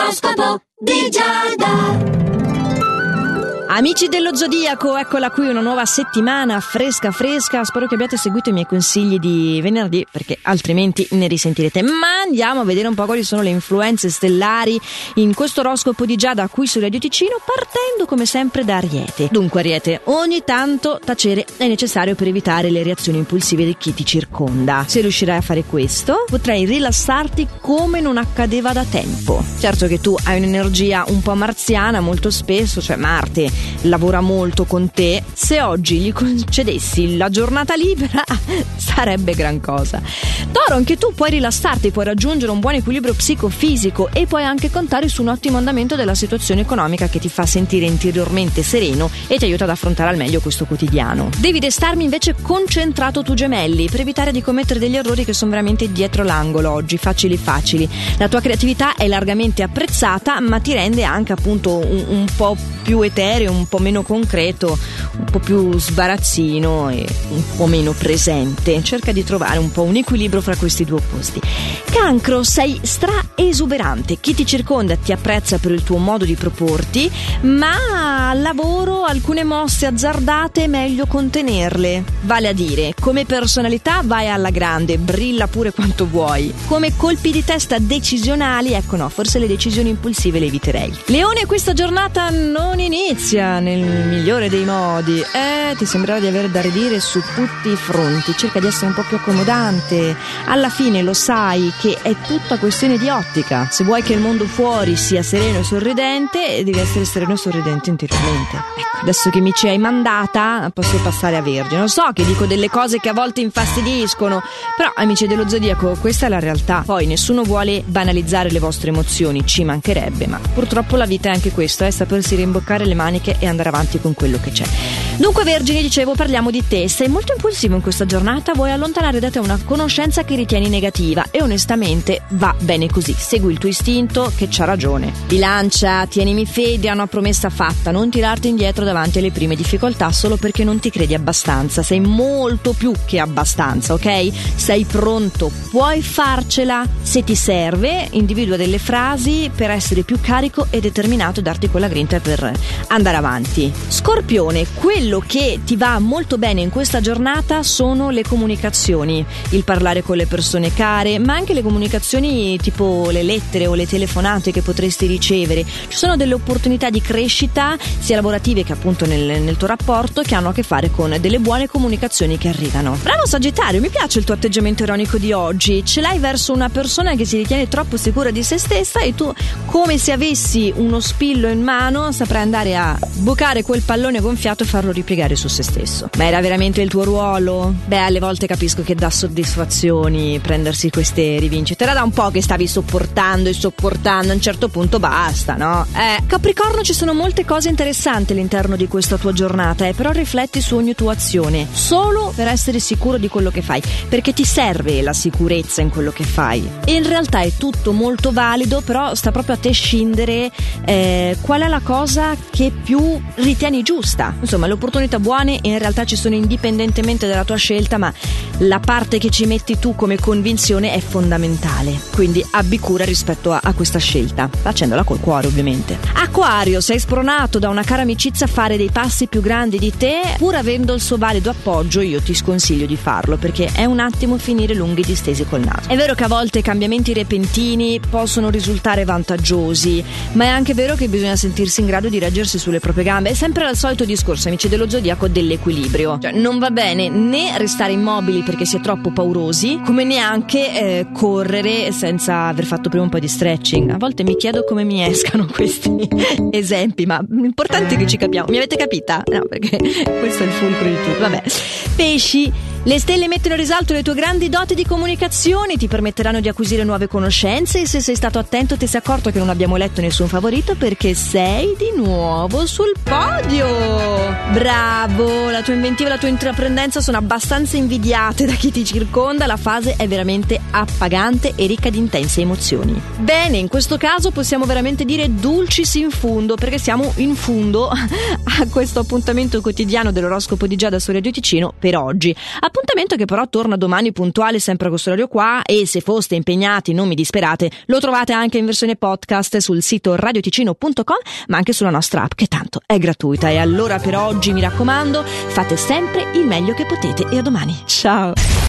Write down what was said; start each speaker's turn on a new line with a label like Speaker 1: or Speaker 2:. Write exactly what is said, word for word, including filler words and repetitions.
Speaker 1: L'oroscopo di Giada.
Speaker 2: Amici dello Zodiaco, eccola qui una nuova settimana fresca fresca. Spero che abbiate seguito i miei consigli di venerdì, perché altrimenti ne risentirete. Ma andiamo a vedere un po' quali sono le influenze stellari in questo oroscopo di Giada qui su Radio Ticino, partendo come sempre da Ariete. Dunque Ariete, ogni tanto tacere è necessario per evitare le reazioni impulsive di chi ti circonda. Se riuscirai a fare questo, potrai rilassarti come non accadeva da tempo. Certo che tu hai un'energia un po' marziana molto spesso, cioè Marte lavora molto con te. Se oggi gli concedessi la giornata libera sarebbe gran cosa. Toro, anche tu puoi rilassarti, puoi raggiungere un buon equilibrio psicofisico e puoi anche contare su un ottimo andamento della situazione economica che ti fa sentire interiormente sereno e ti aiuta ad affrontare al meglio questo quotidiano. Devi restarmi invece concentrato tu Gemelli, per evitare di commettere degli errori che sono veramente dietro l'angolo oggi, facili facili. La tua creatività è largamente apprezzata, ma ti rende anche appunto un, un po' più etereo, un po' meno concreto, un po' più sbarazzino e un po' meno presente. Cerca di trovare un po' un equilibrio fra questi due opposti. Cancro, sei stra-esuberante. Chi ti circonda ti apprezza per il tuo modo di proporti, ma al lavoro alcune mosse azzardate è meglio contenerle. Vale a dire, come personalità vai alla grande, brilla pure quanto vuoi. Come colpi di testa decisionali, ecco no, forse le decisioni impulsive le eviterei. Leone, questa giornata non inizia nel migliore dei modi. Eh, ti sembrava di avere da ridire su tutti i fronti. Cerca di essere un po' più accomodante. Alla fine lo sai che è tutta questione di ottica. Se vuoi che il mondo fuori sia sereno e sorridente, devi essere sereno e sorridente interiormente. Ecco, adesso che mi ci hai mandata, posso passare a Vergine. Lo so che dico delle cose che a volte infastidiscono, però amici dello Zodiaco, questa è la realtà. Poi nessuno vuole banalizzare le vostre emozioni, ci mancherebbe, ma purtroppo la vita è anche questo, è sapersi rimboccare le maniche e andare avanti con quello che c'è. Dunque Vergine, dicevo, parliamo di te. Sei molto impulsivo in questa giornata, vuoi allontanare da te una conoscenza che ritieni negativa e onestamente va bene così, segui il tuo istinto che c'ha ragione. Bilancia, tienimi fede a una promessa fatta, non tirarti indietro davanti alle prime difficoltà solo perché non ti credi abbastanza. Sei molto più che abbastanza, ok? Sei pronto, puoi farcela. Se ti serve, individua delle frasi per essere più carico e determinato e darti quella grinta per andare avanti. Scorpione, quello che ti va molto bene in questa giornata sono le comunicazioni, il parlare con le persone care, ma anche le comunicazioni tipo le lettere o le telefonate che potresti ricevere. Ci sono delle opportunità di crescita sia lavorative che appunto nel, nel tuo rapporto, che hanno a che fare con delle buone comunicazioni che arrivano. Bravo Sagittario, mi piace il tuo atteggiamento ironico di oggi. Ce l'hai verso una persona che si ritiene troppo sicura di se stessa e tu, come se avessi uno spillo in mano, saprai andare a bucare quel pallone gonfiato e farlo ripiegare su se stesso. Ma era veramente il tuo ruolo? Beh, alle volte capisco che dà soddisfazioni prendersi queste rivincite. Era da un po' che stavi sopportando e sopportando, a un certo punto basta, no? Eh, Capricorno, ci sono molte cose interessanti all'interno di questa tua giornata, eh, però rifletti su ogni tua azione, solo per essere sicuro di quello che fai, perché ti serve la sicurezza in quello che fai. E in realtà è tutto molto valido, però sta proprio a te scindere eh, qual è la cosa che più ritieni giusta. Insomma, le opportunità buone in realtà ci sono indipendentemente dalla tua scelta, ma la parte che ci metti tu come convinzione è fondamentale, quindi abbi cura rispetto a, a questa scelta, facendola col cuore ovviamente. Acquario, sei spronato da una cara amicizia a fare dei passi più grandi di te, pur avendo il suo valido appoggio. Io ti sconsiglio di farlo perché è un attimo finire lunghi distesi col naso. È vero che a volte cambiamenti repentini possono risultare vantaggiosi, ma è anche vero che bisogna sentirsi in grado di reggersi sulle proprie gambe. È sempre il solito discorso, amici dello Zodiaco, dell'equilibrio. Cioè, non va bene né restare immobili perché si è troppo paurosi, come neanche eh, correre senza aver fatto prima un po' di stretching. A volte mi chiedo come mi escano questi esempi, ma l'importante è che ci capiamo. Mi avete capita? No, perché questo è il fulcro di tutto. Vabbè. Pesci, le stelle mettono in risalto le tue grandi doti di comunicazione, ti permetteranno di acquisire nuove conoscenze e se sei stato attento ti sei accorto che non abbiamo letto nessun favorito perché sei di nuovo sul podio. Bravo, la tua inventiva e la tua intraprendenza sono abbastanza invidiate da chi ti circonda, la fase è veramente appagante e ricca di intense emozioni. Bene, in questo caso possiamo veramente dire dulcis in fundo, perché siamo in fundo a questo appuntamento quotidiano dell'oroscopo di Giada su Radio Ticino per oggi. A L'appuntamento che però torna domani puntuale sempre a questo orario qua, e se foste impegnati non mi disperate, lo trovate anche in versione podcast sul sito radioticino punto com, ma anche sulla nostra app, che tanto è gratuita. E allora per oggi mi raccomando, fate sempre il meglio che potete e a domani. Ciao!